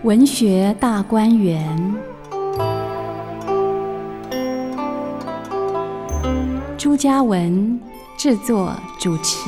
文学大观园，朱家文制作主持。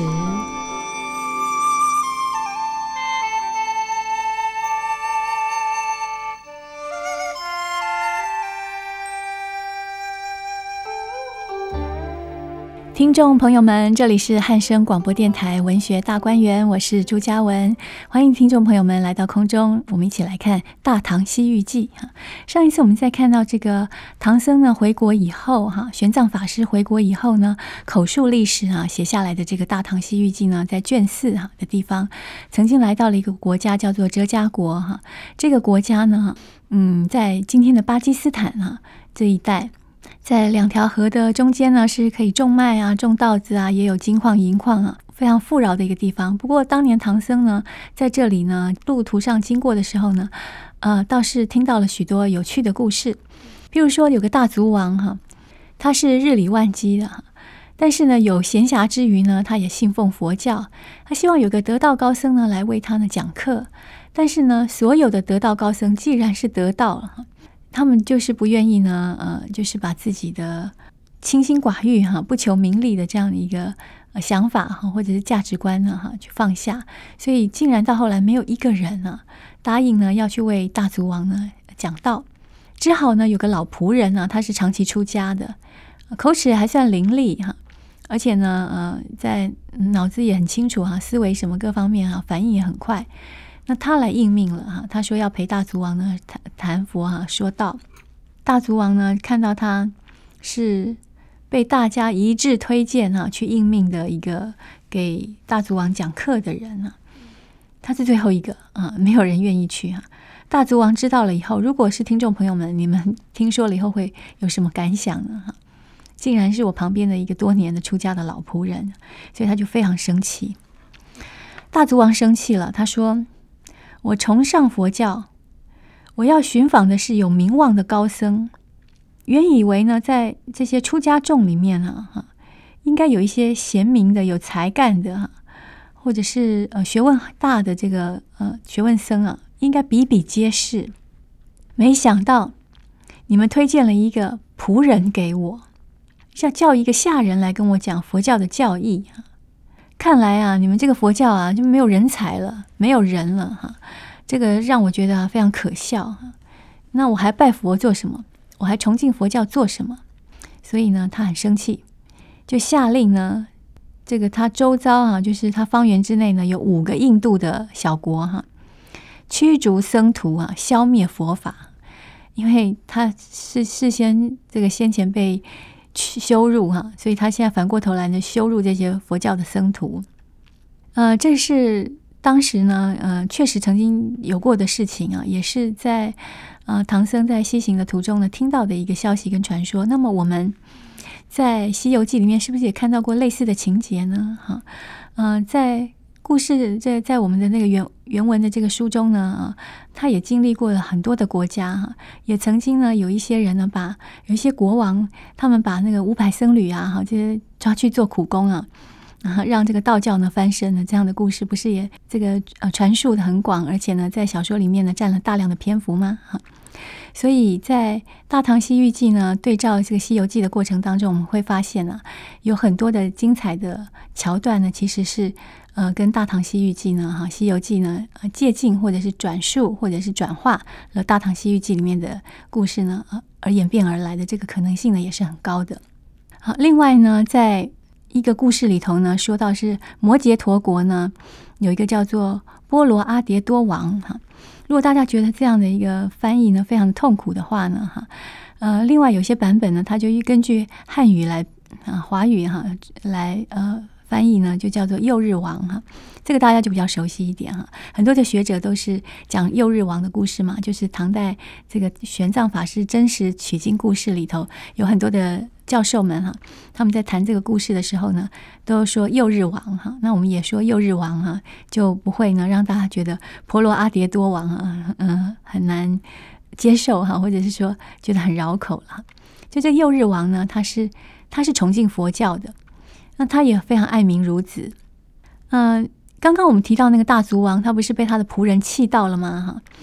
听众朋友们，这里是汉声广播电台文学大观园，我是朱家文，欢迎听众朋友们来到空中，我们一起来看《大唐西域记》。上一次我们在看到这个唐僧呢回国以后，玄奘法师回国以后呢，口述历史写下来的这个《大唐西域记》呢，在卷4的地方，曾经来到了一个国家叫做哲迦国。这个国家呢，在今天的巴基斯坦这一带。在2条河的中间呢，是可以种麦种稻子也有金矿银矿非常富饶的一个地方。不过当年唐僧呢在这里呢路途上经过的时候呢，倒是听到了许多有趣的故事。比如说有个大族王他是日理万机的，但是呢有闲暇之余呢，他也信奉佛教，他希望有个得道高僧呢来为他呢讲课。但是呢所有的得道高僧既然是得道了，他们就是不愿意呢，就是把自己的清心寡欲不求名利的这样的一个想法或者是价值观呢去放下，所以竟然到后来没有一个人答应呢要去为大族王呢讲道。只好呢有个老仆人他是长期出家的，口齿还算伶俐而且呢在脑子也很清楚思维什么各方面反应也很快。那他来应命了他说要陪大族王呢谈佛说道。大族王呢看到他是被大家一致推荐去应命的一个给大族王讲课的人他是最后一个没有人愿意去大族王知道了以后，如果是听众朋友们，你们听说了以后会有什么感想呢？竟然是我旁边的一个多年的出家的老仆人，所以他就非常生气。大族王生气了，他说：我崇尚佛教，我要寻访的是有名望的高僧。原以为呢，在这些出家众里面应该有一些贤明的、有才干的或者是学问大的这个学问僧应该比比皆是。没想到你们推荐了一个仆人给我，要叫一个下人来跟我讲佛教的教义。看来你们这个佛教就没有人才了，没有人了这个让我觉得非常可笑那我还拜佛做什么？我还崇敬佛教做什么？所以呢他很生气，就下令呢这个他周遭就是他方圆之内呢有5个印度的小国驱逐僧徒消灭佛法。因为他是事先这个先前被羞辱所以他现在反过头来呢羞辱这些佛教的僧徒。这是当时呢确实曾经有过的事情也是在唐僧在西行的途中呢听到的一个消息跟传说。那么我们在《西游记》里面是不是也看到过类似的情节呢？在故事在我们的那个原文的这个书中呢他也经历过了很多的国家也曾经呢有一些人呢有一些国王他们把那个500僧侣这些抓去做苦工让这个道教呢翻身的这样的故事，不是也这个传述的很广，而且呢在小说里面呢占了大量的篇幅吗？所以在《大唐西域记》呢对照这个《西游记》的过程当中，我们会发现有很多的精彩的桥段呢其实是跟《大唐西域记》呢《西游记》呢借鉴或者是转述或者是转化了《大唐西域记》里面的故事呢而演变而来的这个可能性呢也是很高的。另外呢在一个故事里头呢说到是摩羯陀国呢有一个叫做波罗阿迭多王如果大家觉得这样的一个翻译呢非常痛苦的话呢另外有些版本呢它就根据汉语来华语来翻译呢就叫做右日王这个大家就比较熟悉一点很多的学者都是讲右日王的故事嘛，就是唐代这个玄奘法师真实取经故事里头有很多的教授们他们在谈这个故事的时候呢都说右日王那我们也说右日王就不会呢让大家觉得婆罗阿迭多王很难接受或者是说觉得很绕口了。就这右日王呢他是崇敬佛教的，那他也非常爱民如子。刚刚我们提到那个大族王，他不是被他的仆人气到了吗？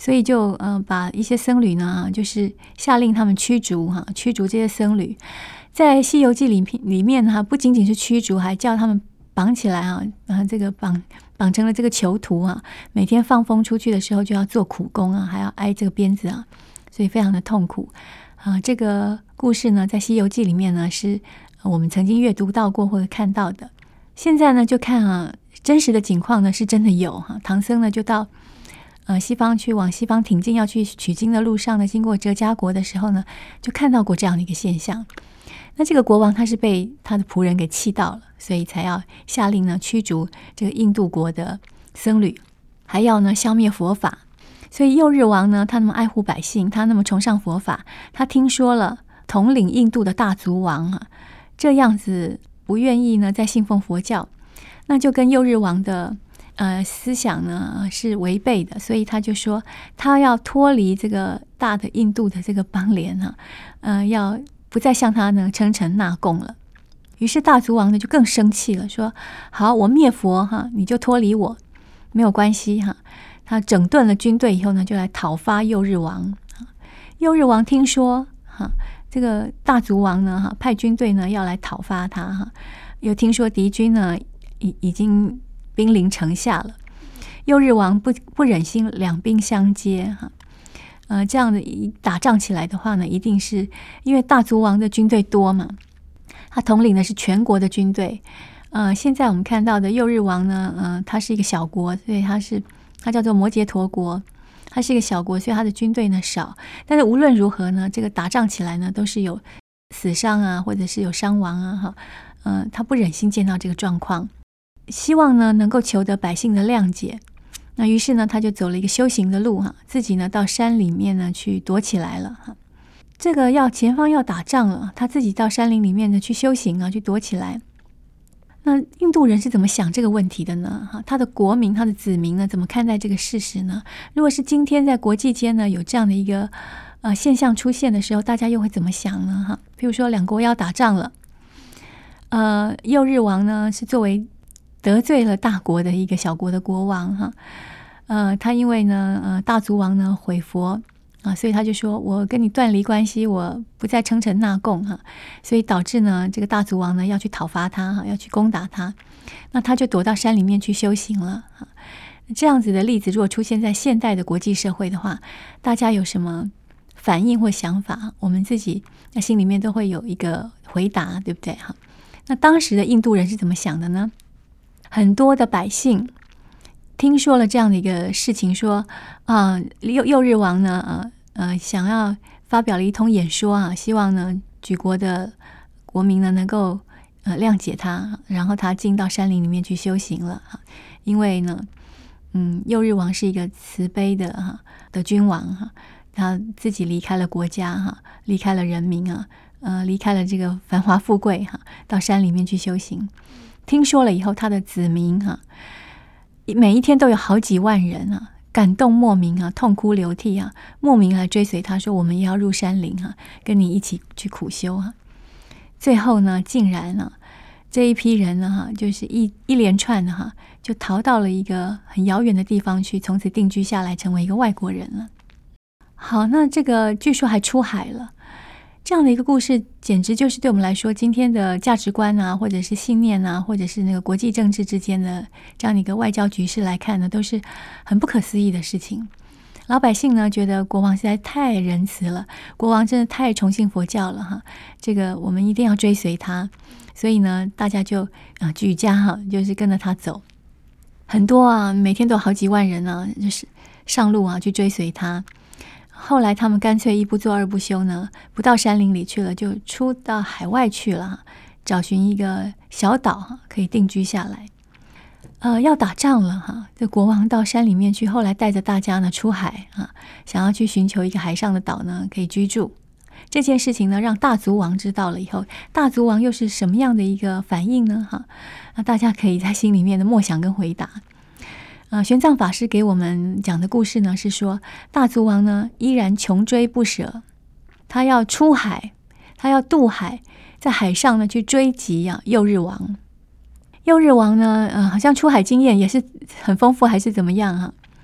所以就把一些僧侣呢，就是下令他们驱逐这些僧侣。在《西游记》里面呢，不仅仅是驱逐，还叫他们绑起来这个绑成了这个囚徒每天放风出去的时候就要做苦工还要挨这个鞭子所以非常的痛苦这个故事呢，在《西游记》里面呢，是我们曾经阅读到过或者看到的。现在呢，就看真实的情况呢，是真的有唐僧呢，就到西方去，往西方挺进要去取经的路上呢，经过哲迦国的时候呢，就看到过这样的一个现象。那这个国王他是被他的仆人给气到了，所以才要下令呢驱逐这个印度国的僧侣，还要呢消灭佛法。所以右日王呢，他那么爱护百姓，他那么崇尚佛法，他听说了统领印度的大族王这样子不愿意呢再信奉佛教，那就跟右日王的思想呢是违背的，所以他就说他要脱离这个大的印度的这个邦联要不再向他呢称臣纳贡了。于是大族王呢就更生气了，说好，我灭佛你就脱离我没有关系他整顿了军队以后呢，就来讨伐右日王。右日王听说这个大族王呢派军队呢要来讨伐他又听说敌军呢已经兵临城下了，右日王不忍心两兵相接这样的打仗起来的话呢，一定是因为大族王的军队多嘛，他统领的是全国的军队。现在我们看到的右日王呢，他是一个小国，所以他叫做摩羯陀国，他是一个小国，所以他的军队呢少。但是无论如何呢，这个打仗起来呢，都是有死伤或者是有伤亡他不忍心见到这个状况，希望呢能够求得百姓的谅解。那于是呢，他就走了一个修行的路自己呢到山里面呢去躲起来了这个前方要打仗了，他自己到山林里面呢去修行去躲起来。那印度人是怎么想这个问题的呢？他的国民、他的子民呢，怎么看待这个事实呢？如果是今天在国际间呢有这样的一个现象出现的时候，大家又会怎么想呢？譬如说两国要打仗了，右日王呢是作为得罪了大国的一个小国的国王他因为呢大族王呢毁佛所以他就说我跟你断离关系，我不再称臣纳贡所以导致呢这个大族王呢要去讨伐他要去攻打他，那他就躲到山里面去修行了这样子的例子如果出现在现代的国际社会的话，大家有什么反应或想法？我们自己心里面都会有一个回答，对不对那当时的印度人是怎么想的呢？很多的百姓听说了这样的一个事情，说右日王呢想要发表了一通演说希望呢举国的国民呢能够谅解他，然后他进到山林里面去修行了因为呢右日王是一个慈悲的君王他自己离开了国家离开了人民离开了这个繁华富贵到山里面去修行。听说了以后，他的子民每一天都有好几万人感动莫名痛哭流涕莫名来追随他，说我们也要入山林跟你一起去苦修最后呢，竟然这一批人呢就是一连串的就逃到了一个很遥远的地方去，从此定居下来，成为一个外国人了。好，那这个据说还出海了。这样的一个故事简直就是对我们来说今天的价值观或者是信念或者是那个国际政治之间的这样的一个外交局势来看呢，都是很不可思议的事情。老百姓呢觉得国王实在太仁慈了，国王真的太崇信佛教了这个我们一定要追随他，所以呢大家就举家就是跟着他走，很多每天都有好几万人就是上路去追随他。后来他们干脆一不做二不休呢，不到山林里去了，就出到海外去了找寻一个小岛可以定居下来。要打仗了这国王到山里面去，后来带着大家呢出海想要去寻求一个海上的岛呢可以居住。这件事情呢让大族王知道了以后，大族王又是什么样的一个反应呢那大家可以在心里面的默想跟回答。玄奘法师给我们讲的故事呢是说，大族王呢依然穷追不舍，他要出海，他要渡海，在海上呢去追击右日王。右日王呢好像出海经验也是很丰富还是怎么样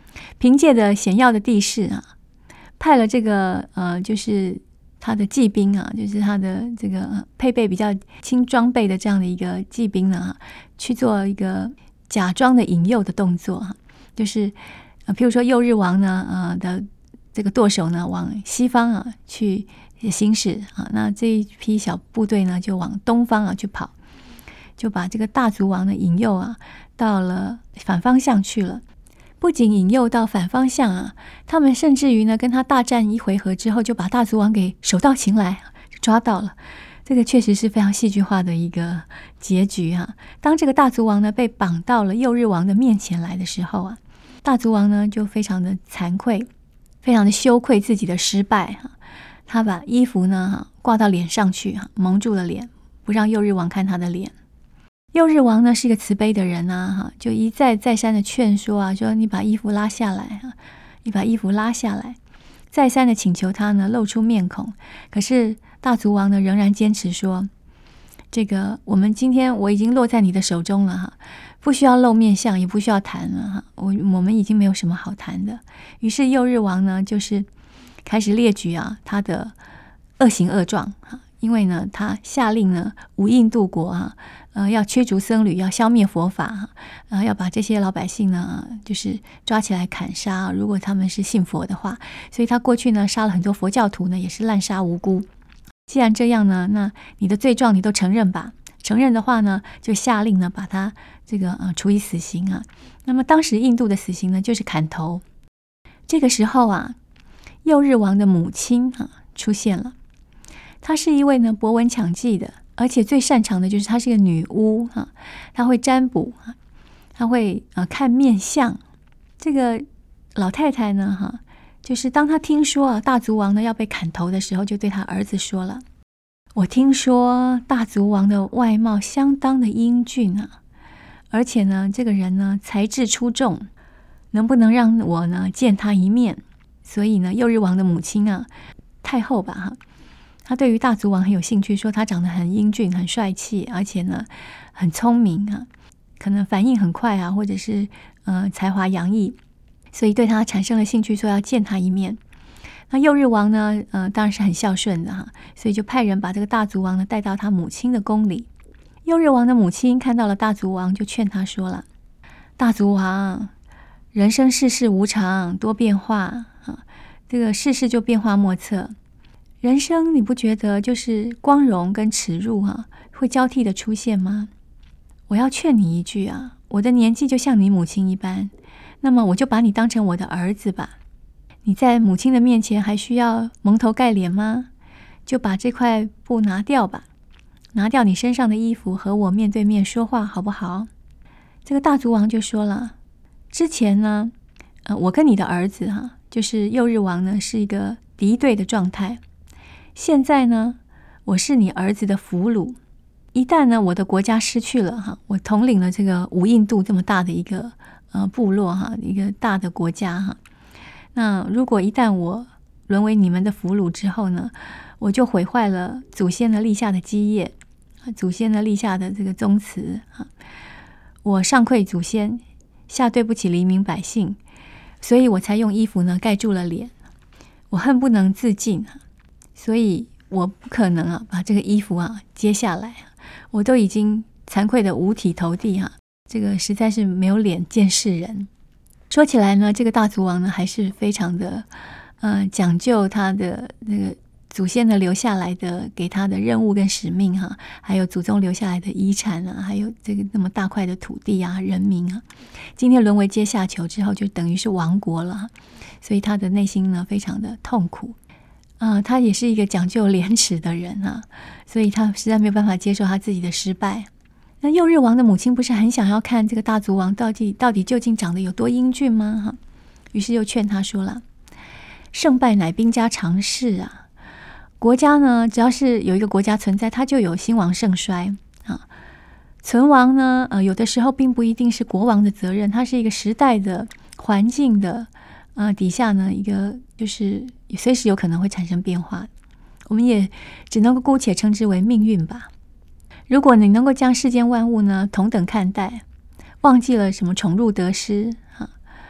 凭借着险要的地势啊，派了这个就是他的骑兵啊，就是他的这个配备比较轻装备的这样的一个骑兵呢，去做一个假装的引诱的动作哈，就是譬如说右日王呢的这个舵手呢往西方啊去行驶啊，那这一批小部队呢就往东方啊去跑，就把这个大族王的引诱啊到了反方向去了。不仅引诱到反方向啊，他们甚至于呢跟他大战一回合之后，就把大族王给手到擒来，抓到了。这个确实是非常戏剧化的一个结局啊。当这个大族王呢被绑到了右日王的面前来的时候啊，大族王呢就非常的惭愧，非常的羞愧自己的失败啊。他把衣服呢挂到脸上去，蒙住了脸，不让右日王看他的脸。右日王呢是一个慈悲的人啊，就一再再三的劝说啊，说你把衣服拉下来啊，你把衣服拉下来，再三的请求他呢露出面孔。可是大族王呢仍然坚持说，这个我已经落在你的手中了哈，不需要露面相，也不需要谈了哈，我们已经没有什么好谈的。于是右日王呢就是开始列举啊他的恶行恶状哈，因为呢他下令呢无印度国啊。要驱逐僧侣，要消灭佛法，要把这些老百姓呢，就是抓起来砍杀。如果他们是信佛的话，所以他过去呢杀了很多佛教徒呢，也是滥杀无辜。既然这样呢，那你的罪状你都承认吧。承认的话呢，就下令呢把他这个处以死刑啊。那么当时印度的死刑呢就是砍头。这个时候啊，右日王的母亲出现了，她是一位呢博闻强记的。而且最擅长的就是她是一个女巫哈，她会占卜，她会看面相。这个老太太呢哈，就是当她听说大族王呢要被砍头的时候，就对她儿子说了：“我听说大族王的外貌相当的英俊啊，而且呢这个人呢才智出众，能不能让我呢见他一面？”所以呢，右日王的母亲啊，太后吧哈。他对于大族王很有兴趣，说他长得很英俊、很帅气，而且呢很聪明啊，可能反应很快啊，或者是才华洋溢，所以对他产生了兴趣，说要见他一面。那右日王呢，当然是很孝顺的哈，所以就派人把这个大族王呢带到他母亲的宫里。右日王的母亲看到了大族王，就劝他说了：“大族王，人生世事无常，多变化啊，这个世事就变化莫测。”人生你不觉得就是光荣跟耻辱会交替的出现吗？我要劝你一句啊，我的年纪就像你母亲一般，那么我就把你当成我的儿子吧。你在母亲的面前还需要蒙头盖脸吗？就把这块布拿掉吧，拿掉你身上的衣服，和我面对面说话好不好？这个大族王就说了，之前呢我跟你的儿子就是右日王呢是一个敌对的状态，现在呢我是你儿子的俘虏，一旦呢我的国家失去了我统领了这个无印度这么大的一个部落一个大的国家那如果一旦我沦为你们的俘虏之后呢，我就毁坏了祖先的立下的基业，祖先的立下的这个宗祠我上愧祖先，下对不起黎民百姓，所以我才用衣服呢盖住了脸，我恨不能自尽所以我不可能把这个衣服揭下来我都已经惭愧的五体投地这个实在是没有脸见世人。说起来呢，这个大族王呢还是非常的讲究他的那个祖先的留下来的给他的任务跟使命还有祖宗留下来的遗产还有这个那么大块的土地人民今天沦为阶下囚之后，就等于是亡国了所以他的内心呢非常的痛苦他也是一个讲究廉耻的人所以他实在没有办法接受他自己的失败。那右日王的母亲不是很想要看这个大族王到底究竟长得有多英俊吗于是又劝他说了，胜败乃兵家常事国家呢只要是有一个国家存在，它就有兴亡盛衰存亡呢有的时候并不一定是国王的责任，它是一个时代的环境的底下呢一个就是随时有可能会产生变化，我们也只能够姑且称之为命运吧。如果你能够将世间万物呢同等看待，忘记了什么宠辱得失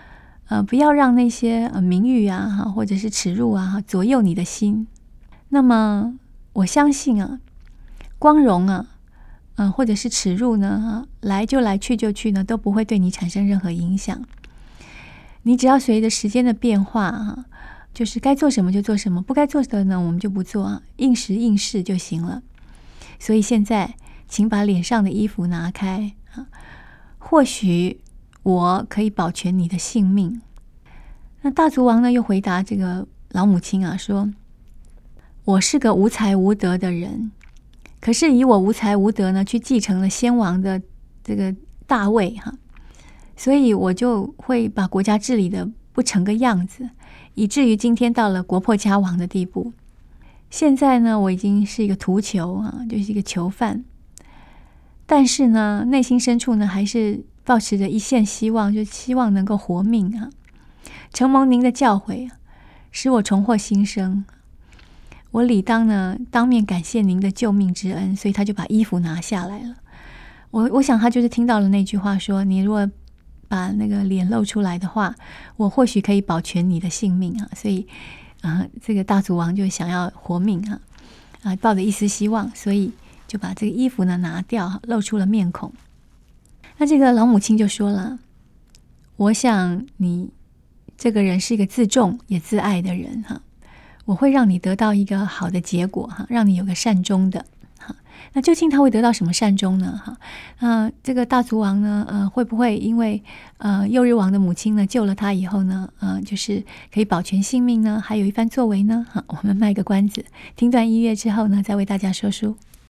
不要让那些名誉啊或者是耻辱啊左右你的心。那么我相信啊，光荣啊或者是耻辱呢来就来去就去呢，都不会对你产生任何影响。你只要随着时间的变化就是该做什么就做什么，不该做的呢我们就不做应时应势就行了。所以现在请把脸上的衣服拿开或许我可以保全你的性命。那大族王呢又回答这个老母亲说，我是个无才无德的人，可是以我无才无德呢去继承了先王的这个大位所以我就会把国家治理的不成个样子，以至于今天到了国破家亡的地步。现在呢我已经是一个屠囚就是一个囚犯，但是呢内心深处呢还是抱持着一线希望，就希望能够活命承蒙您的教诲使我重获新生，我理当呢当面感谢您的救命之恩。所以他就把衣服拿下来了。我想他就是听到了那句话说，你如果把那个脸露出来的话，我或许可以保全你的性命所以这个大族王就想要活命抱着一丝希望，所以就把这个衣服呢拿掉，露出了面孔。那这个老母亲就说了，我想你这个人是一个自重也自爱的人我会让你得到一个好的结果让你有个善终的。那究竟他会得到什么善终呢这个大族王呢会不会因为幼日王的母亲呢救了他以后呢就是可以保全性命呢，还有一番作为呢我们卖个关子，听段音乐之后呢再为大家说书。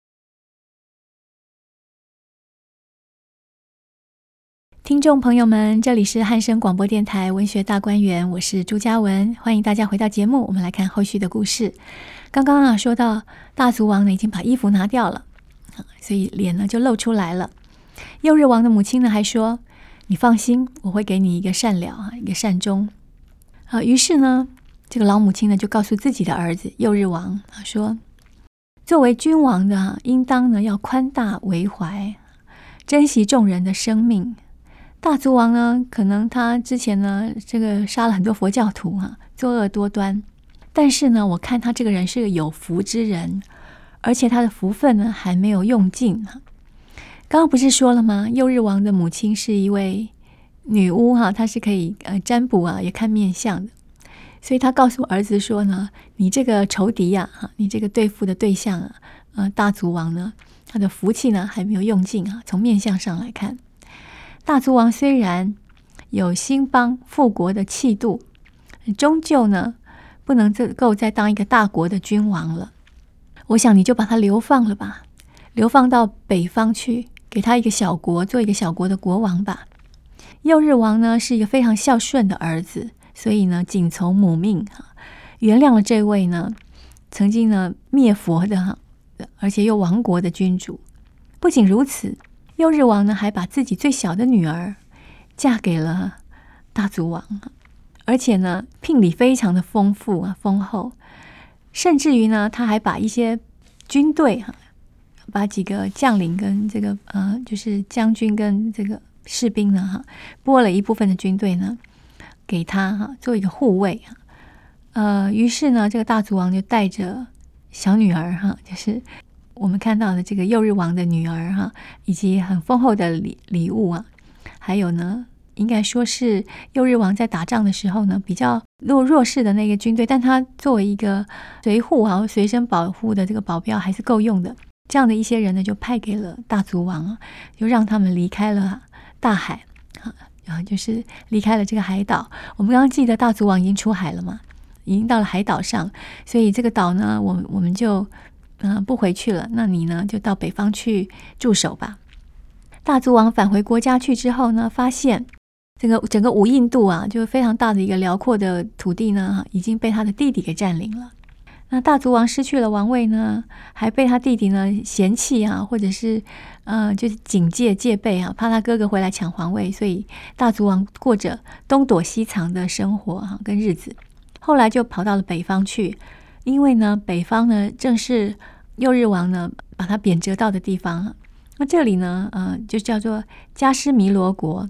听众朋友们，这里是汉声广播电台文学大观园，我是朱嘉文，欢迎大家回到节目，我们来看后续的故事。刚刚说到大族王呢已经把衣服拿掉了所以脸呢就露出来了。幼日王的母亲呢还说，你放心，我会给你一个善了一个善终于是呢这个老母亲呢就告诉自己的儿子幼日王说，作为君王的应当呢要宽大为怀，珍惜众人的生命。大族王呢可能他之前呢这个杀了很多佛教徒作恶多端，但是呢我看他这个人是个有福之人，而且他的福分呢还没有用尽刚刚不是说了吗，幼日王的母亲是一位女巫她是可以占卜也看面相的。所以他告诉儿子说呢，你这个仇敌你这个对付的对象大族王呢他的福气呢还没有用尽从面相上来看，大族王虽然有兴邦复国的气度，终究呢不能够再当一个大国的君王了。我想你就把他流放了吧，流放到北方去，给他一个小国，做一个小国的国王吧。幼日王呢是一个非常孝顺的儿子，所以呢谨从母命原谅了这位呢曾经呢灭佛的而且又亡国的君主。不仅如此，幼日王呢还把自己最小的女儿嫁给了大族王，而且呢聘礼非常的丰富丰厚，甚至于呢他还把一些军队把几个将领跟这个就是将军跟这个士兵呢拨了一部分的军队呢给他做一个护卫于是呢这个大族王就带着小女儿就是我们看到的这个幼日王的女儿以及很丰厚的礼物还有呢应该说是幼日王在打仗的时候呢比较弱势的那个军队，但他作为一个随护随身保护的这个保镖还是够用的，这样的一些人呢就派给了大族王就让他们离开了大海然后就是离开了这个海岛。我们刚刚记得大族王已经出海了嘛，已经到了海岛上，所以这个岛呢我们就不回去了，那你呢就到北方去驻守吧。大族王返回国家去之后呢，发现整个五印度就非常大的一个辽阔的土地呢已经被他的弟弟给占领了。那大族王失去了王位呢，还被他弟弟呢嫌弃或者是就是警戒戒备怕他哥哥回来抢皇位，所以大族王过着东躲西藏的生活跟日子。后来就跑到了北方去，因为呢北方呢正是幼日王呢把他贬谪到的地方那这里呢就叫做迦湿弥罗国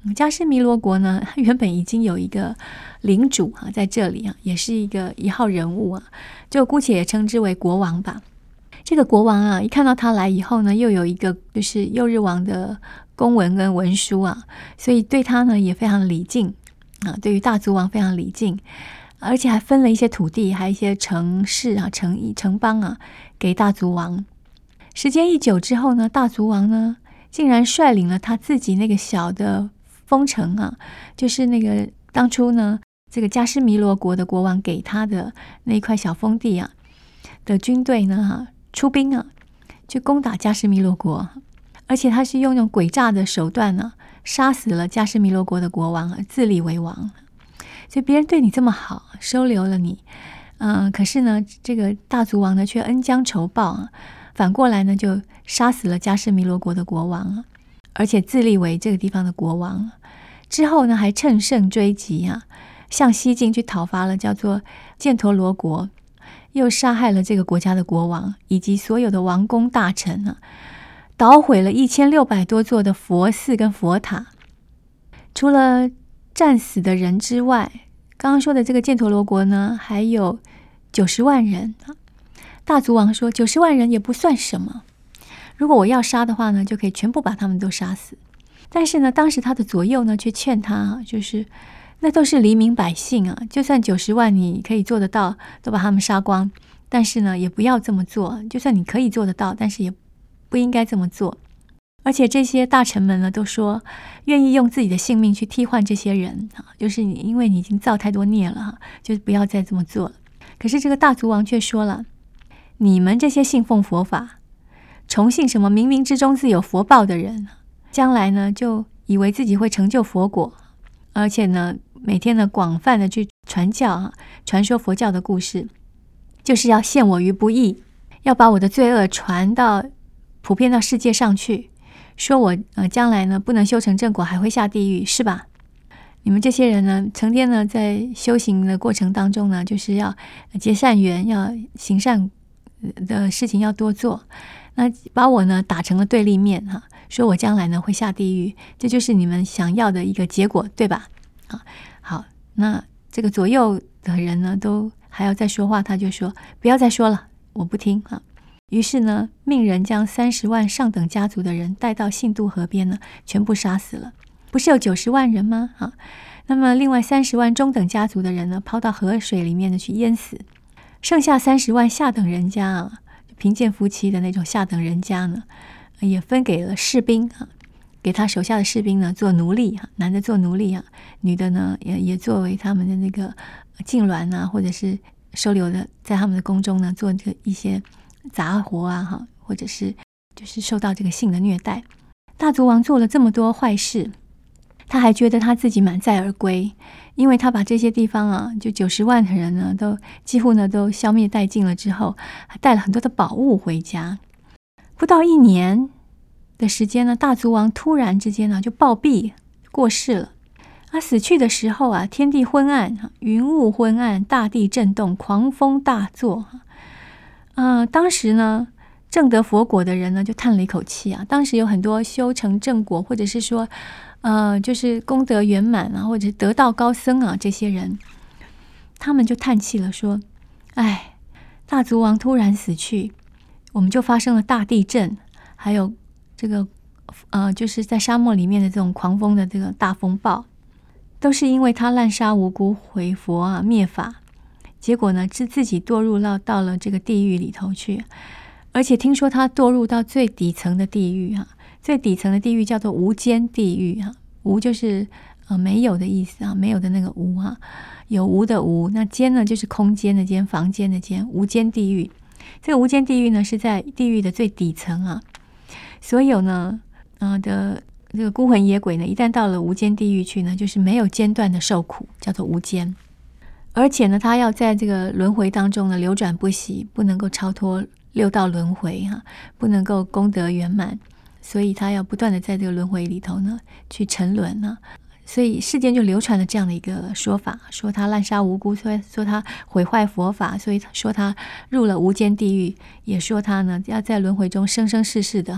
迦湿弥罗国呢，它原本已经有一个领主在这里也是一号人物就姑且也称之为国王吧。这个国王一看到他来以后呢，又有一个就是右日王的公文跟文书所以对他呢也非常礼敬对于大族王非常礼敬，而且还分了一些土地，还有一些城市城邦给大族王。时间一久之后呢，大族王呢竟然率领了他自己那个小的封城就是那个当初呢这个迦湿弥罗国的国王给他的那一块小封地的军队呢出兵去攻打迦湿弥罗国，而且他是用那种诡诈的手段杀死了迦湿弥罗国的国王，自立为王。所以别人对你这么好，收留了你，可是呢这个大族王呢却恩将仇报反过来呢就杀死了迦湿弥罗国的国王而且自立为这个地方的国王。之后呢还乘胜追击向西进去讨伐了叫做犍陀罗国，又杀害了这个国家的国王以及所有的王公大臣捣毁了1600多座的佛寺跟佛塔。除了战死的人之外，刚刚说的这个犍陀罗国呢还有90万人。大族王说90万人也不算什么，如果我要杀的话呢，就可以全部把他们都杀死。但是呢当时他的左右呢却劝他就是那都是黎民百姓就算90万你可以做得到，都把他们杀光，但是呢也不要这么做，就算你可以做得到，但是也不应该这么做。而且这些大臣们呢都说愿意用自己的性命去替换这些人就是因为你已经造太多孽了就不要再这么做了。可是这个大族王却说了，你们这些信奉佛法，崇信什么冥冥之中自有佛报的人，将来呢就以为自己会成就佛果，而且呢每天呢广泛的去传教传说佛教的故事，就是要陷我于不义，要把我的罪恶传到普遍到世界上去，说我将来呢不能修成正果，还会下地狱，是吧？你们这些人呢成天呢在修行的过程当中呢，就是要结善缘，要行善的事情要多做，那把我呢打成了对立面说我将来呢会下地狱，这就是你们想要的一个结果，对吧？好，那这个左右的人呢都还要再说话，他就说不要再说了，我不听于是呢命人将30万上等家族的人带到信度河边呢，全部杀死了。不是有90万人吗？那么另外30万中等家族的人呢抛到河水里面呢去淹死，剩下30万下等人家贫贱夫妻的那种下等人家呢也分给了士兵给他手下的士兵呢做奴隶男的做奴隶女的呢也作为他们的那个痉挛或者是收留的在他们的宫中呢做一些杂活或者是就是受到这个性的虐待。大族王做了这么多坏事，他还觉得他自己满载而归，因为他把这些地方就90万的人呢都几乎呢都消灭殆尽了之后，还带了很多的宝物回家。不到1年的时间呢，大族王突然之间呢就暴毙过世了。死去的时候天地昏暗，云雾昏暗，大地震动，狂风大作当时呢正得佛果的人呢就叹了一口气当时有很多修成正果，或者是说就是功德圆满或者是得道高僧这些人，他们就叹气了，说哎，大族王突然死去，我们就发生了大地震，还有这个就是在沙漠里面的这种狂风的这个大风暴，都是因为他滥杀无辜毁佛灭法，结果呢自己堕入到了这个地狱里头去。而且听说他堕入到最底层的地狱最底层的地狱叫做无间地狱无就是没有的意思没有的那个无有无的无，那间呢就是空间的间，房间的间，无间地狱。这个无间地狱呢是在地狱的最底层所有呢的这个孤魂野鬼呢一旦到了无间地狱去呢，就是没有间断的受苦，叫做无间。而且呢他要在这个轮回当中呢流转不息，不能够超脱6道轮回不能够功德圆满，所以他要不断的在这个轮回里头呢去沉沦所以世间就流传了这样的一个说法，说他滥杀无辜，说他毁坏佛法，所以说他入了无间地狱，也说他呢要在轮回中生生世世的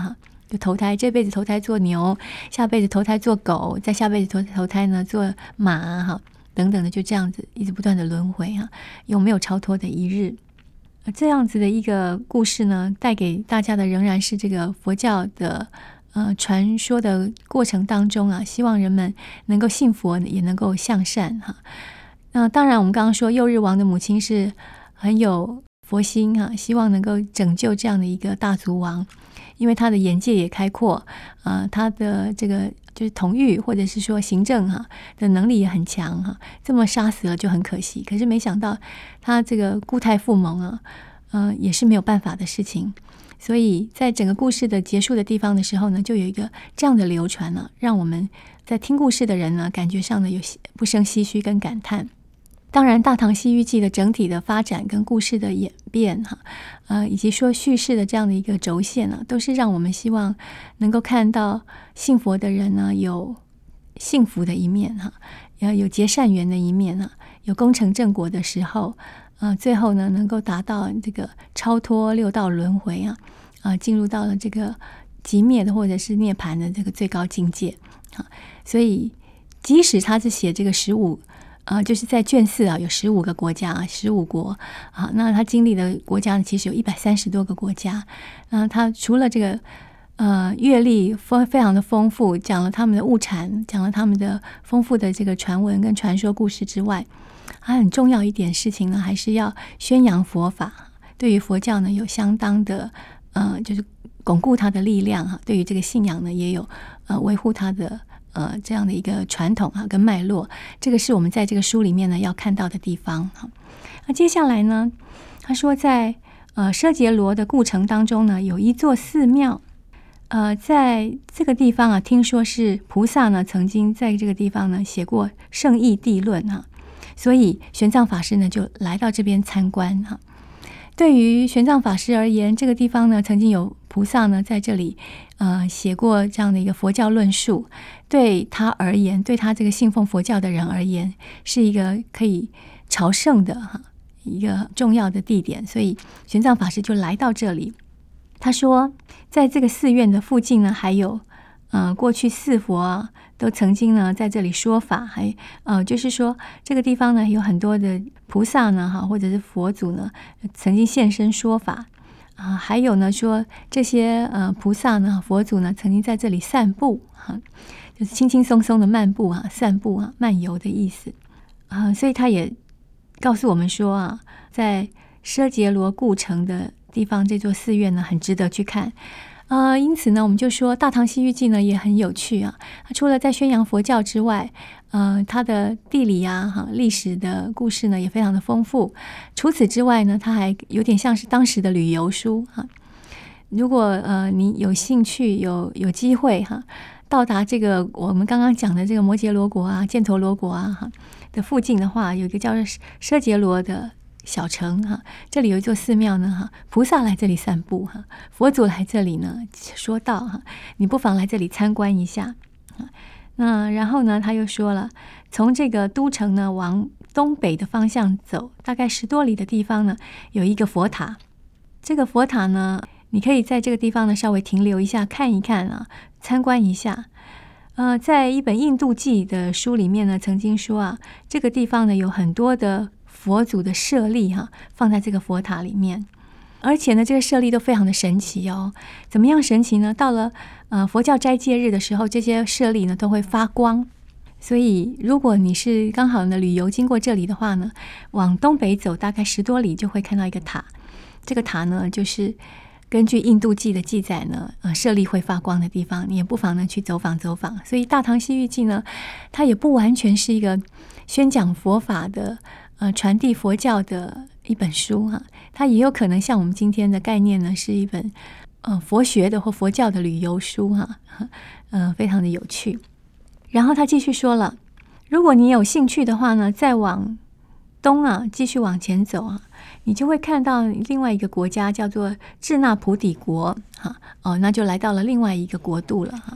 就投胎，这辈子投胎做牛，下辈子投胎做狗，再下辈子投胎呢做马哈等等的，就这样子一直不断的轮回哈，有没有超脱的一日？这样子的一个故事呢，带给大家的仍然是这个佛教的传说的过程当中啊，希望人们能够信佛，也能够向善哈。那当然，我们刚刚说佑日王的母亲是很有佛心哈，希望能够拯救这样的一个大族王，因为他的眼界也开阔，他的这个就是统御或者是说行政哈的能力也很强哈，这么杀死了就很可惜。可是没想到他这个固态附萌啊，也是没有办法的事情。所以在整个故事的结束的地方的时候呢，就有一个这样的流传呢，让我们在听故事的人呢，感觉上呢有不胜唏嘘跟感叹。当然，《大唐西域记》的整体的发展跟故事的演变哈，以及说叙事的这样的一个轴线呢，都是让我们希望能够看到信佛的人呢有幸福的一面哈，有结善缘的一面哈，有功成正果的时候，最后呢能够达到这个超脱六道轮回进入到了这个极灭的或者是涅槃的这个最高境界所以即使他是写这个15。就是在卷4有15个国家15国那他经历的国家呢，其实有130多个国家。他除了这个阅历非常的丰富，讲了他们的物产，讲了他们的丰富的这个传闻跟传说故事之外，很重要一点事情呢，还是要宣扬佛法，对于佛教呢有相当的就是巩固它的力量对于这个信仰呢也有维护它的这样的一个传统跟脉络，这个是我们在这个书里面呢要看到的地方那接下来呢，他说在舍羯罗的故城当中呢，有一座寺庙，在这个地方听说是菩萨呢曾经在这个地方呢写过《圣义谛论》所以玄奘法师呢就来到这边参观对于玄奘法师而言，这个地方呢曾经有菩萨呢在这里写过这样的一个佛教论述，对他而言，对他这个信奉佛教的人而言，是一个可以朝圣的一个重要的地点，所以玄奘法师就来到这里。他说在这个寺院的附近呢，还有过去四佛都曾经呢在这里说法，还就是说这个地方呢有很多的菩萨呢或者是佛祖呢曾经现身说法还有呢说这些菩萨呢佛祖呢曾经在这里散步就是轻轻松松的漫步散步漫游的意思所以他也告诉我们说在舍羯罗故城的地方，这座寺院呢很值得去看。因此呢，我们就说《大唐西域记》呢也很有趣它除了在宣扬佛教之外，它的地理历史的故事呢也非常的丰富。除此之外呢，它还有点像是当时的旅游书如果你有兴趣有机会到达这个我们刚刚讲的这个摩羯罗国犍陀罗国的附近的话，有一个叫舍羯罗的小城这里有一座寺庙呢菩萨来这里散步佛祖来这里呢说道你不妨来这里参观一下那然后呢他又说了，从这个都城呢往东北的方向走，大概10多里的地方呢有一个佛塔。这个佛塔呢你可以在这个地方呢稍微停留一下，看一看参观一下。在一本印度记的书里面呢曾经说这个地方呢有很多的佛祖的舍利放在这个佛塔里面，而且呢这个舍利都非常的神奇怎么样神奇呢？到了佛教斋戒日的时候，这些舍利呢都会发光。所以如果你是刚好呢旅游经过这里的话呢，往东北走大概10多里就会看到一个塔。这个塔呢就是根据印度记的记载呢舍利会发光的地方，你也不妨呢去走访走访。所以《大唐西域记》呢它也不完全是一个宣讲佛法的传递佛教的一本书它也有可能像我们今天的概念呢是一本佛学的或佛教的旅游书非常的有趣。然后他继续说了，如果你有兴趣的话呢，再往东继续往前走你就会看到另外一个国家叫做智那菩提国那就来到了另外一个国度了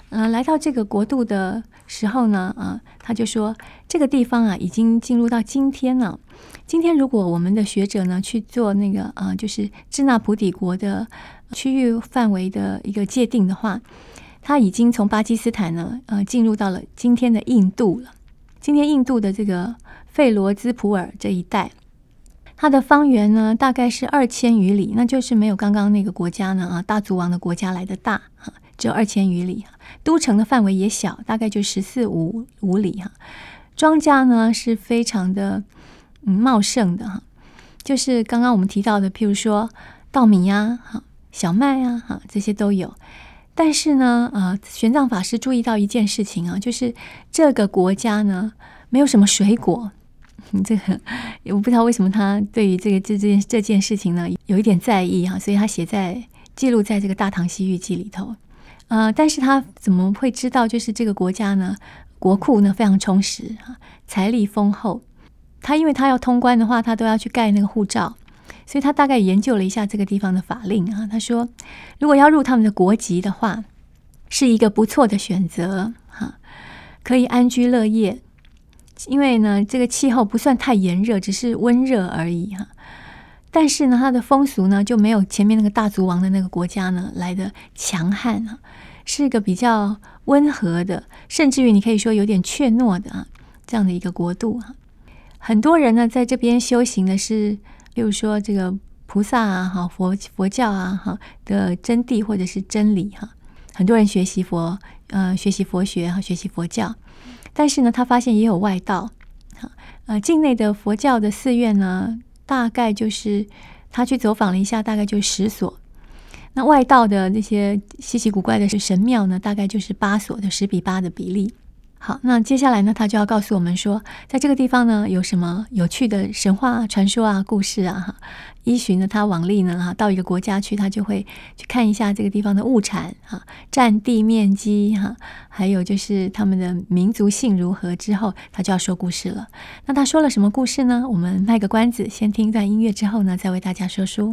来到这个国度的时候呢，他就说这个地方啊已经进入到今天了。今天如果我们的学者呢去做那个就是支那普底国的区域范围的一个界定的话，它已经从巴基斯坦呢进入到了今天的印度了。今天印度的这个费罗兹普尔这一带，它的方圆呢大概是2000余里，那就是没有刚刚那个国家呢大族王的国家来的大，只有2000余里。都城的范围也小，大概就14.5里。庄稼呢是非常的茂盛的，就是刚刚我们提到的，譬如说稻米啊、小麦啊这些都有。但是呢玄奘法师注意到一件事情啊，就是这个国家呢没有什么水果。这个我不知道为什么他对于这件事情呢有一点在意所以他记录在这个《大唐西域记》里头。但是他怎么会知道就是这个国家呢国库呢非常充实，财力丰厚。因为他要通关的话，他都要去盖那个护照，所以他大概研究了一下这个地方的法令他说如果要入他们的国籍的话，是一个不错的选择可以安居乐业。因为呢这个气候不算太炎热，只是温热而已但是呢它的风俗呢就没有前面那个大族王的那个国家呢来的强悍是一个比较温和的，甚至于你可以说有点怯懦的这样的一个国度很多人呢在这边修行的是例如说这个菩萨佛教的真谛或者是真理很多人学习佛学学习佛教。但是呢他发现也有外道境内的佛教的寺院呢大概就是他去走访了一下，大概就10所。那外道的那些稀奇古怪的神庙呢大概就是8所的10:8的比例。好，那接下来呢他就要告诉我们说在这个地方呢有什么有趣的神话传说故事依循呢他往例呢到一个国家去，他就会去看一下这个地方的物产占地面积还有就是他们的民族性如何，之后他就要说故事了。那他说了什么故事呢？我们卖个关子，先听一段音乐，之后呢再为大家说书。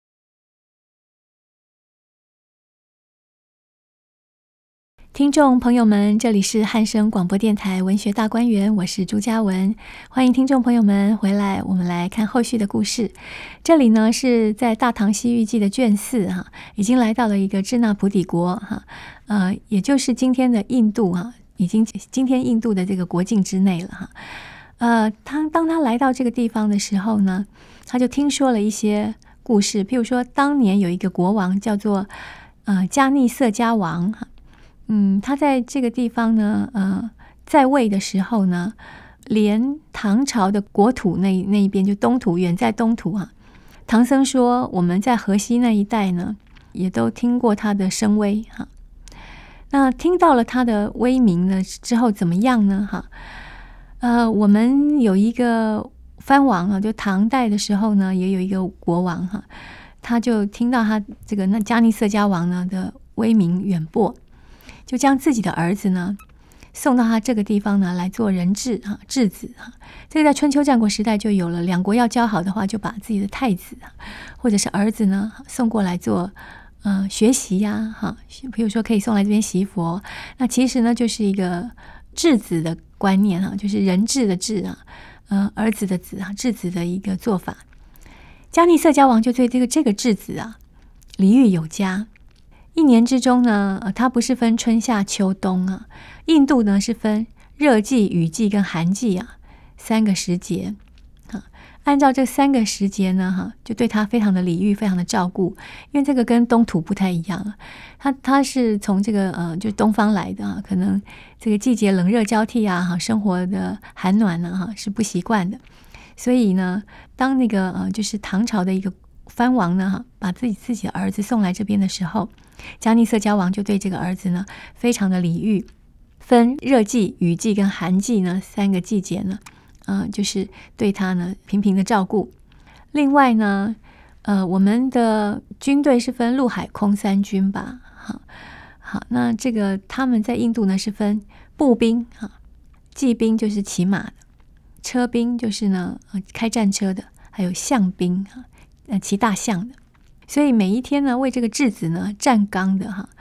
听众朋友们，这里是汉声广播电台文学大观园，我是朱嘉文，欢迎听众朋友们回来，我们来看后续的故事。这里呢是在《大唐西域记》的卷4已经来到了一个支那普底国也就是今天的印度已经今天印度的这个国境之内了当他来到这个地方的时候呢，他就听说了一些故事，譬如说当年有一个国王叫做迦逆色迦王他在这个地方呢在位的时候呢，连唐朝的国土那一边，就东土，远在东土唐僧说我们在河西那一带呢也都听过他的声威那听到了他的威名呢之后怎么样呢我们有一个藩王就唐代的时候呢也有一个国王他就听到他这个那迦逆色迦王呢的威名远播，就将自己的儿子呢送到他这个地方呢来做人质质子这个在春秋战国时代就有了，两国要交好的话，就把自己的太子或者是儿子呢送过来做学习比如说可以送来这边习佛。那其实呢就是一个质子的观念就是人质的质儿子的子质子的一个做法。迦逆色迦王就对这个质子礼遇有加。一年之中呢它不是分春夏秋冬印度呢是分热季、雨季跟寒季3个时节按照这3个时节呢就对他非常的礼遇，非常的照顾。因为这个跟东土不太一样他是从这个就东方来的可能这个季节冷热交替生活的寒暖呢是不习惯的。所以呢当那个就是唐朝的一个藩王呢把自己的儿子送来这边的时候，迦逆色迦王就对这个儿子呢非常的礼遇，分热季、雨季跟寒季呢3个季节呢就是对他呢频频的照顾。另外呢我们的军队是分陆海空3军吧好，那这个他们在印度呢是分步兵骑兵就是骑马的，车兵就是呢开战车的，还有象兵骑大象的。所以每一天呢为这个质子呢站岗的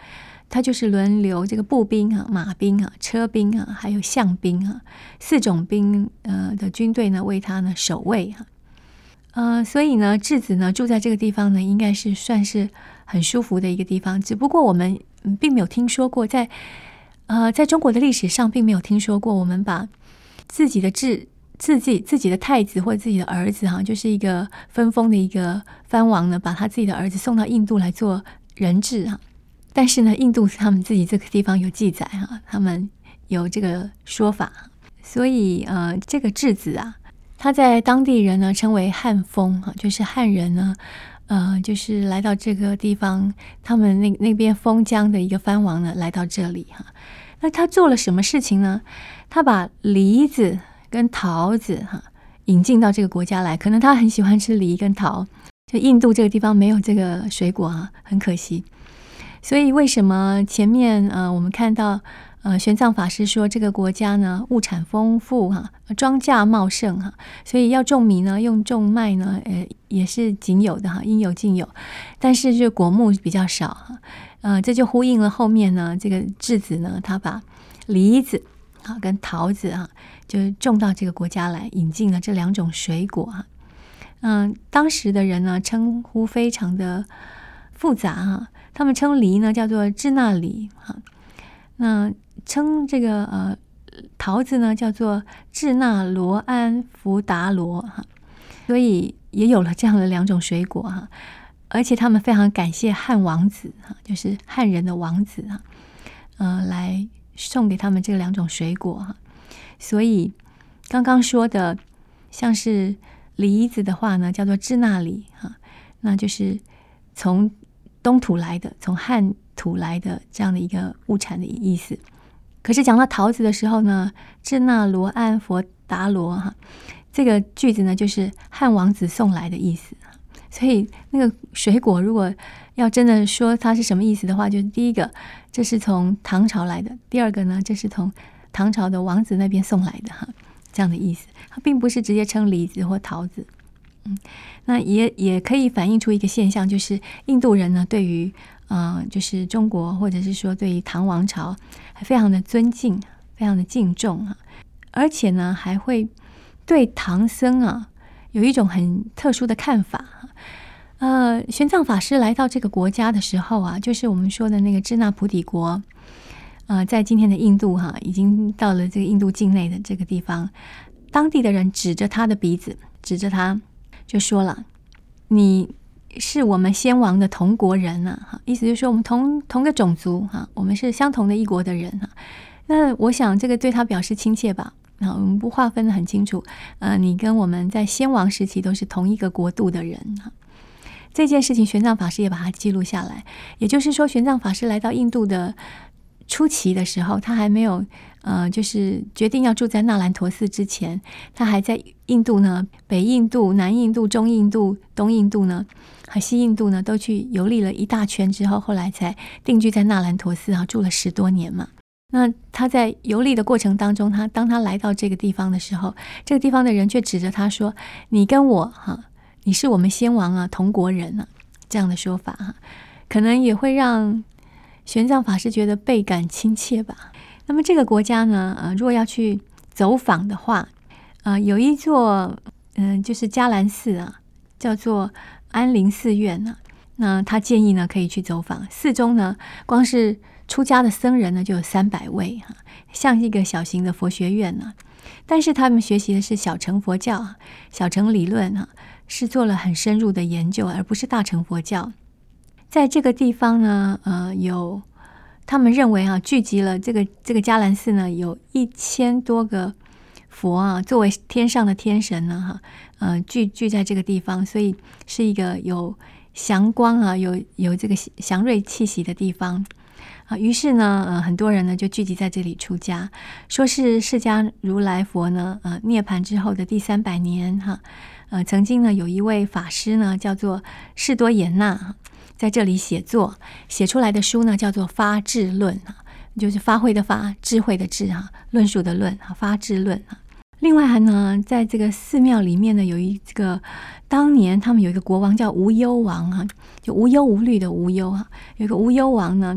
它就是轮流这个步兵啊、马兵啊、车兵啊，还有象兵啊4种兵的军队呢为他呢守卫所以呢质子呢住在这个地方呢，应该是算是很舒服的一个地方。只不过我们并没有听说过，在中国的历史上并没有听说过我们把自己的太子或者自己的儿子就是一个分封的一个藩王呢，把他自己的儿子送到印度来做人质但是呢，印度他们自己这个地方有记载他们有这个说法，所以这个质子他在当地人呢称为汉封就是汉人呢就是来到这个地方，他们那边封疆的一个藩王呢来到这里那他做了什么事情呢？他把梨子跟桃子引进到这个国家来，可能他很喜欢吃梨跟桃，就印度这个地方没有这个水果很可惜。所以为什么前面我们看到玄奘法师说这个国家呢物产丰富庄稼茂盛所以要种米呢用种麦呢也是仅有的应有尽有，但是就果木比较少这就呼应了后面呢这个质子呢他把梨子跟桃子就种到这个国家来，引进了这2种水果当时的人呢称呼非常的复杂他们称梨呢叫做支那梨那称这个桃子呢叫做支那罗安福达罗所以也有了这样的2种水果而且他们非常感谢汉王子就是汉人的王子来送给他们这2种水果所以刚刚说的像是梨子的话呢叫做支那梨那就是从东土来的，从汉土来的这样的一个物产的意思。可是讲到桃子的时候呢，支那罗安佛达罗这个句子呢就是汉王子送来的意思。所以那个水果如果要真的说它是什么意思的话，就是第一个这是从唐朝来的，第二个呢这是从唐朝的王子那边送来的这样的意思。它并不是直接称梨子或桃子。那也可以反映出一个现象，就是印度人呢对于就是中国或者是说对于唐王朝还非常的尊敬，非常的敬重而且呢还会对唐僧有一种很特殊的看法玄奘法师来到这个国家的时候就是我们说的那个支那菩提国在今天的印度已经到了这个印度境内的这个地方，当地的人指着他的鼻子，指着他就说了，你是我们先王的同国人意思就是说我们同个种族我们是相同的一国的人那我想这个对他表示亲切吧我们不划分得很清楚你跟我们在先王时期都是同一个国度的人这件事情玄奘法师也把它记录下来。也就是说玄奘法师来到印度的初期的时候，他还没有就是决定要住在那兰陀寺之前，他还在印度呢，北印度、南印度、中印度、东印度呢和西印度呢都去游历了一大圈之后，后来才定居在那兰陀寺住了10多年嘛。那他在游历的过程当中，当他来到这个地方的时候，这个地方的人却指着他说，你跟我你是我们先王同国人这样的说法可能也会让玄奘法师觉得倍感亲切吧。那么这个国家呢如果要去走访的话有一座就是伽蓝寺叫做安林寺院那他建议呢可以去走访。寺中呢光是出家的僧人呢就有300位像一个小型的佛学院但是他们学习的是小乘佛教，小乘理论是做了很深入的研究，而不是大乘佛教。在这个地方呢有他们认为聚集了这个伽蓝寺呢有1000多个佛作为天上的天神呢聚在这个地方，所以是一个有祥光有这个祥瑞气息的地方于是呢很多人呢就聚集在这里出家，说是释迦如来佛呢涅槃之后的第300年曾经呢有一位法师呢叫做士多衍那在这里写作，写出来的书呢叫做发智论就是发挥的发，智慧的智论述的论发智论另外呢在这个寺庙里面呢有一个当年他们有一个国王叫无忧王就无忧无虑的无忧有一个无忧王呢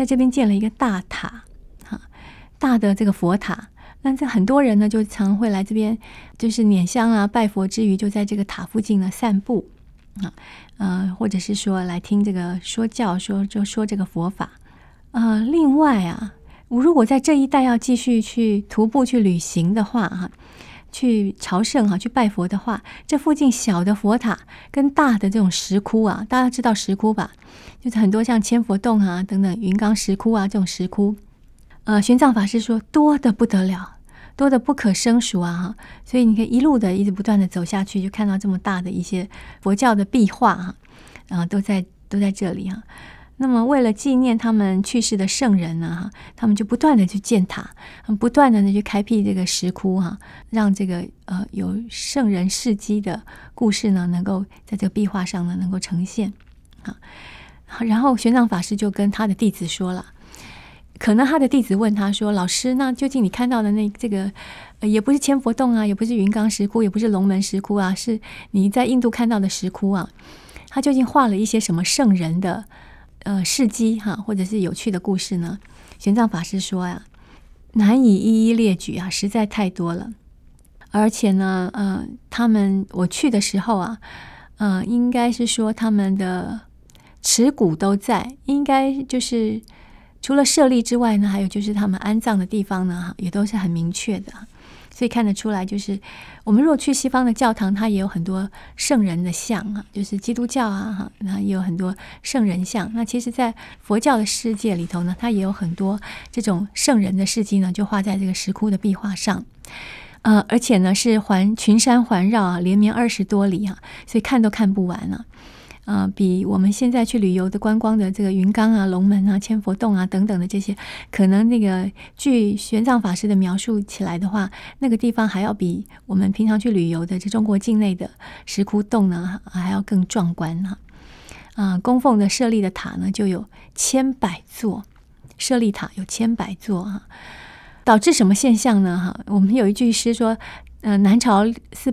在这边建了一个大塔，大的这个佛塔。那这很多人呢就常会来这边，就是拈香啊拜佛之余，就在这个塔附近呢散步或者是说来听这个说教，说这个佛法。另外啊，如果在这一带要继续去徒步去旅行的话去朝圣去拜佛的话，这附近小的佛塔跟大的这种石窟啊，大家知道石窟吧？就是很多像千佛洞啊等等云冈石窟啊这种石窟，玄奘法师说多得不得了，多得不可胜数所以你可以一路的一直不断的走下去，就看到这么大的一些佛教的壁画都在这里那么为了纪念他们去世的圣人呢他们就不断的去建塔，不断的去开辟这个石窟让这个有圣人事迹的故事呢能够在这个壁画上呢能够呈现然后玄奘法师就跟他的弟子说了，可能他的弟子问他说，老师，那究竟你看到的这个也不是千佛洞也不是云冈石窟，也不是龙门石窟是你在印度看到的石窟他究竟画了一些什么圣人的事迹或者是有趣的故事呢？玄奘法师说难以一一列举实在太多了。而且呢我去的时候应该是说他们的耻骨都在，应该就是除了舍利之外呢，还有就是他们安葬的地方呢也都是很明确的，所以看得出来，就是我们如果去西方的教堂，它也有很多圣人的像就是基督教那也有很多圣人像。那其实在佛教的世界里头呢，它也有很多这种圣人的事迹呢，就画在这个石窟的壁画上。而且呢是群山环绕连绵20多里所以看都看不完比我们现在去旅游的观光的这个云冈龙门千佛洞等等的这些，可能那个据玄奘法师的描述起来的话，那个地方还要比我们平常去旅游的这中国境内的石窟洞呢还要更壮观供奉的舍利的塔呢就有100座，舍利塔有100座导致什么现象呢我们有一句诗说南朝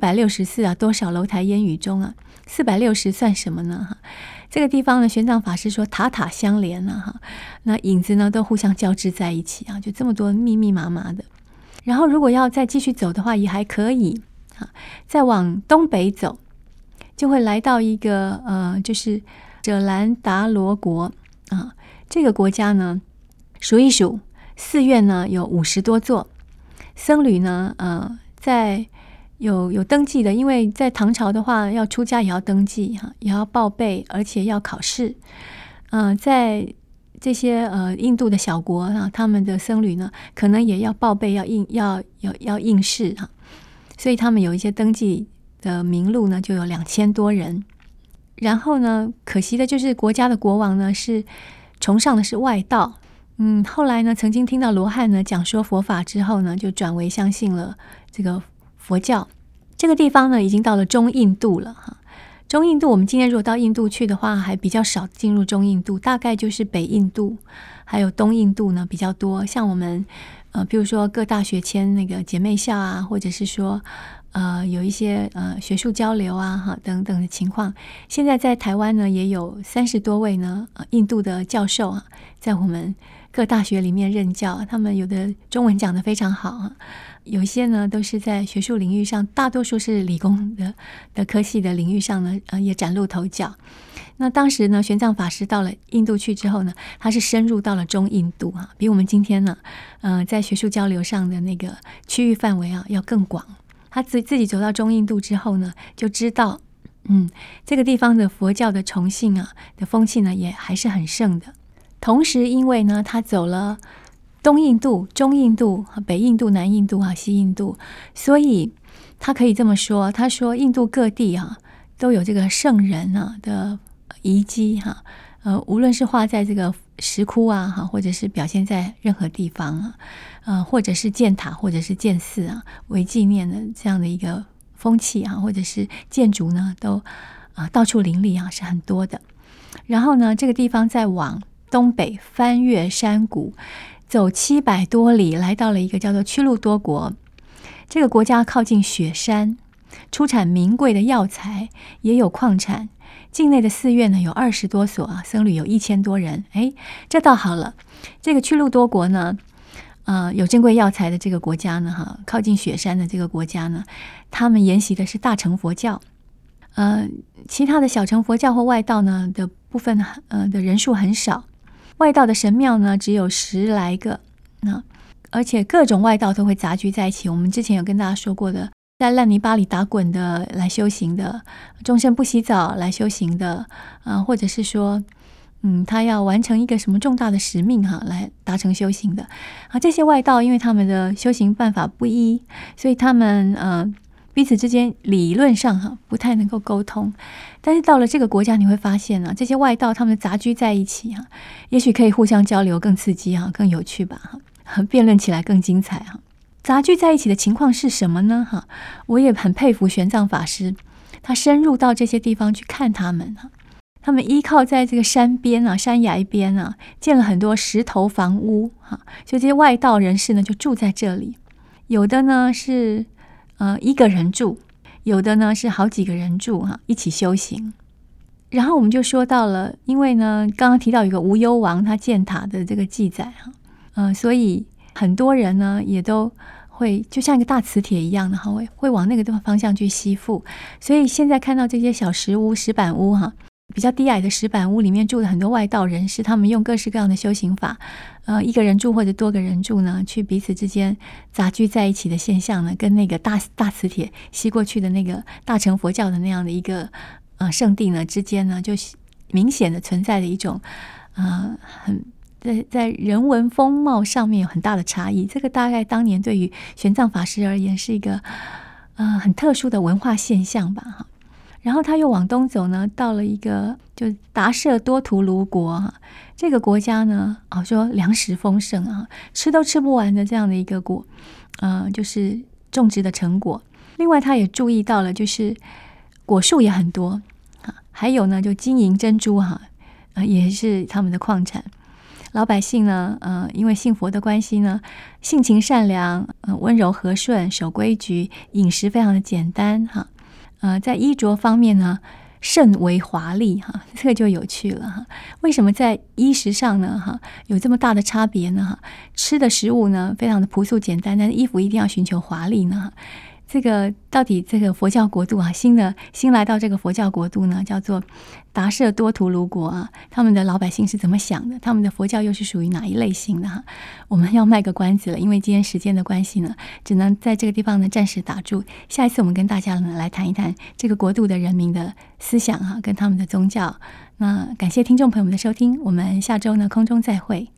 464多少楼台烟雨中460算什么呢这个地方呢，玄奘法师说塔塔相连那影子呢都互相交织在一起就这么多密密麻麻的。然后如果要再继续走的话，也还可以再往东北走，就会来到一个就是舍兰达罗国这个国家呢数一数，寺院呢有50多座，僧侣呢在有登记的，因为在唐朝的话要出家也要登记也要报备，而且要考试在这些印度的小国他们的僧侣呢可能也要报备，要应试所以他们有一些登记的名录呢就有2000多人。然后呢可惜的就是国家的国王呢是崇尚的是外道后来呢曾经听到罗汉呢讲说佛法之后呢，就转为相信了这个佛教。这个地方呢已经到了中印度了中印度我们今天如果到印度去的话，还比较少进入中印度，大概就是北印度还有东印度呢比较多。像我们比如说各大学签那个姐妹校或者是说有一些学术交流等等的情况。现在在台湾呢也有30多位呢印度的教授在我们各大学里面任教，他们有的中文讲得非常好有一些呢都是在学术领域上，大多数是理工的科系的领域上呢也崭露头角。那当时呢玄奘法师到了印度去之后呢，他是深入到了中印度比我们今天呢在学术交流上的那个区域范围要更广。他自己走到中印度之后呢，就知道这个地方的佛教的崇信的风气呢也还是很盛的。同时因为呢他走了东印度、中印度、北印度、南印度西印度，所以他可以这么说，他说印度各地都有这个圣人的遗迹无论是画在这个石窟或者是表现在任何地方或者是建塔或者是建寺为纪念的这样的一个风气或者是建筑呢都到处林立是很多的。然后呢这个地方再往东北翻越山谷，走700多里，来到了一个叫做屈鹿多国。这个国家靠近雪山， 出产名贵的药材，也有矿产。境内的寺院呢有20多所啊，僧侣有1000多人。这倒好了，这个屈鹿多国呢，有珍贵药材的这个国家呢，靠近雪山的这个国家呢，他们沿袭的是大乘佛教。其他的小乘佛教或外道呢的部分的人数很少，外道的神庙呢只有10来个，而且各种外道都会杂居在一起。我们之前有跟大家说过的，在烂泥巴里打滚的来修行的，终身不洗澡来修行的，或者是说他要完成一个什么重大的使命来达成修行的这些外道因为他们的修行办法不一，所以他们彼此之间理论上不太能够沟通。但是到了这个国家你会发现这些外道他们杂居在一起也许可以互相交流，更刺激更有趣吧，辩论起来更精彩杂居在一起的情况是什么呢我也很佩服玄奘法师，他深入到这些地方去看他们他们依靠在这个山边山崖边建了很多石头房屋所以这些外道人士呢就住在这里。有的呢是一个人住，有的呢是好几个人住一起修行。然后我们就说到了，因为呢刚刚提到有个无忧王他建塔的这个记载所以很多人呢也都会就像一个大磁铁一样的会往那个方向去吸附。所以现在看到这些小石屋、石板屋比较低矮的石板屋里面住了很多外道人士，他们用各式各样的修行法一个人住或者多个人住呢，去彼此之间杂居在一起的现象呢，跟那个大磁铁吸过去的那个大乘佛教的那样的一个圣地呢之间呢，就明显的存在的一种在人文风貌上面有很大的差异。这个大概当年对于玄奘法师而言是一个很特殊的文化现象吧然后他又往东走呢，到了一个就达舍多图卢国这个国家呢说粮食丰盛吃都吃不完的这样的一个国就是种植的成果。另外他也注意到了就是果树也很多还有呢就金银珍珠也是他们的矿产。老百姓呢因为信佛的关系呢，性情善良温柔和顺，守规矩，饮食非常的简单在衣着方面呢甚为华丽这个就有趣了为什么在衣食上呢有这么大的差别呢吃的食物呢非常的朴素简单，但是衣服一定要寻求华丽呢这个到底这个佛教国度新来到这个佛教国度呢，叫做达舍多图卢国他们的老百姓是怎么想的，他们的佛教又是属于哪一类型的我们要卖个关子了，因为今天时间的关系呢，只能在这个地方呢暂时打住。下一次我们跟大家呢来谈一谈这个国度的人民的思想跟他们的宗教。那感谢听众朋友们的收听，我们下周呢空中再会。